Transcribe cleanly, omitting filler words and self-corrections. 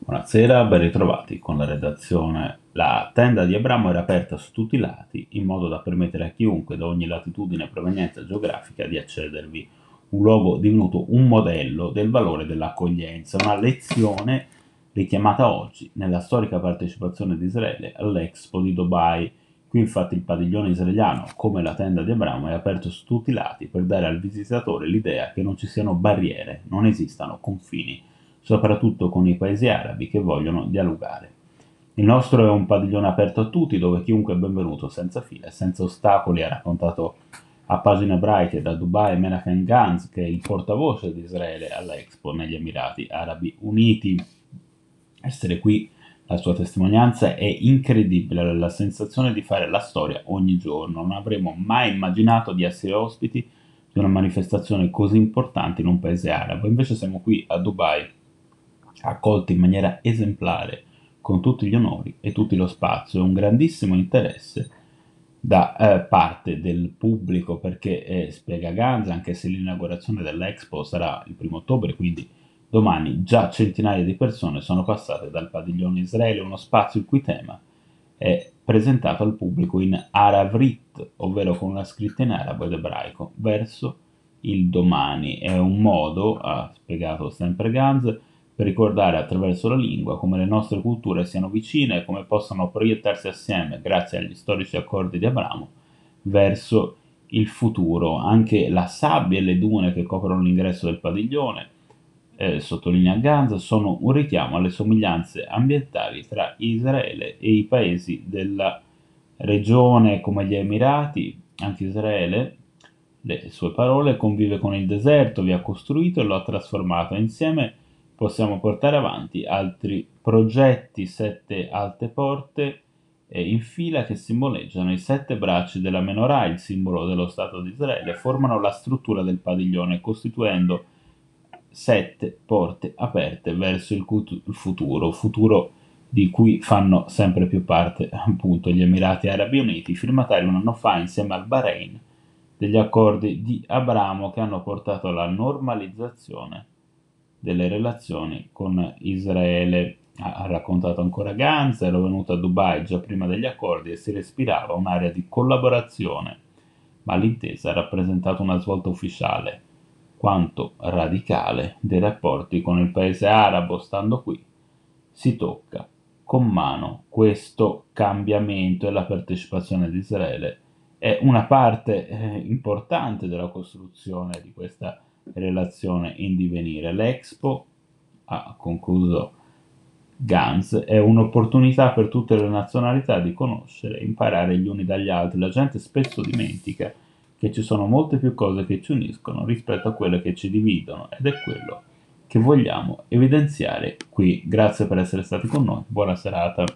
Buonasera, ben ritrovati con la redazione. La tenda di Abramo era aperta su tutti i lati, in modo da permettere a chiunque da ogni latitudine e provenienza geografica di accedervi. Un luogo divenuto un modello del valore dell'accoglienza, una lezione richiamata oggi nella storica partecipazione di Israele all'Expo di Dubai. Qui infatti il padiglione israeliano, come la tenda di Abramo, è aperto su tutti i lati per dare al visitatore l'idea che non ci siano barriere, non esistano confini, soprattutto con i paesi arabi che vogliono dialogare. Il nostro è un padiglione aperto a tutti, dove chiunque è benvenuto senza file, senza ostacoli, ha raccontato a pagine ebraiche da Dubai Menachem Gantz, che è il portavoce di Israele all'Expo negli Emirati Arabi Uniti. Essere qui, la sua testimonianza è incredibile, la sensazione di fare la storia ogni giorno. Non avremmo mai immaginato di essere ospiti di una manifestazione così importante in un paese arabo. Invece siamo qui a Dubai, accolti in maniera esemplare, con tutti gli onori e tutto lo spazio, e un grandissimo interesse da parte del pubblico, perché spiega Ganza, anche se l'inaugurazione dell'Expo sarà il 1° ottobre, quindi domani, già centinaia di persone sono passate dal padiglione Israele, uno spazio il cui tema è presentato al pubblico in Aravrit, ovvero con una scritta in arabo ed ebraico, verso il domani. È un modo, ha spiegato sempre Ganz, per ricordare attraverso la lingua come le nostre culture siano vicine e come possano proiettarsi assieme, grazie agli storici accordi di Abramo, verso il futuro. Anche la sabbia e le dune che coprono l'ingresso del padiglione, sottolinea Ganz, sono un richiamo alle somiglianze ambientali tra Israele e i paesi della regione come gli Emirati. Anche Israele, le sue parole, convive con il deserto, vi ha costruito e lo ha trasformato. Insieme possiamo portare avanti altri progetti, 7 alte porte in fila che simboleggiano i 7 bracci della menorah, il simbolo dello Stato di Israele, formano la struttura del padiglione, costituendo 7 porte aperte verso il futuro di cui fanno sempre più parte appunto gli Emirati Arabi Uniti, firmatari un anno fa insieme al Bahrain degli accordi di Abramo che hanno portato alla normalizzazione delle relazioni con Israele. Ha raccontato ancora Ganz, ero venuto a Dubai già prima degli accordi e si respirava un'area di collaborazione, ma l'intesa ha rappresentato una svolta ufficiale quanto radicale dei rapporti con il paese arabo. Stando qui si tocca con mano questo cambiamento, e la partecipazione di Israele è una parte importante della costruzione di questa relazione in divenire. L'Expo, ha concluso Ganz, è un'opportunità per tutte le nazionalità di conoscere e imparare gli uni dagli altri. La gente spesso dimentica che ci sono molte più cose che ci uniscono rispetto a quelle che ci dividono, ed è quello che vogliamo evidenziare qui. Grazie per essere stati con noi, buona serata.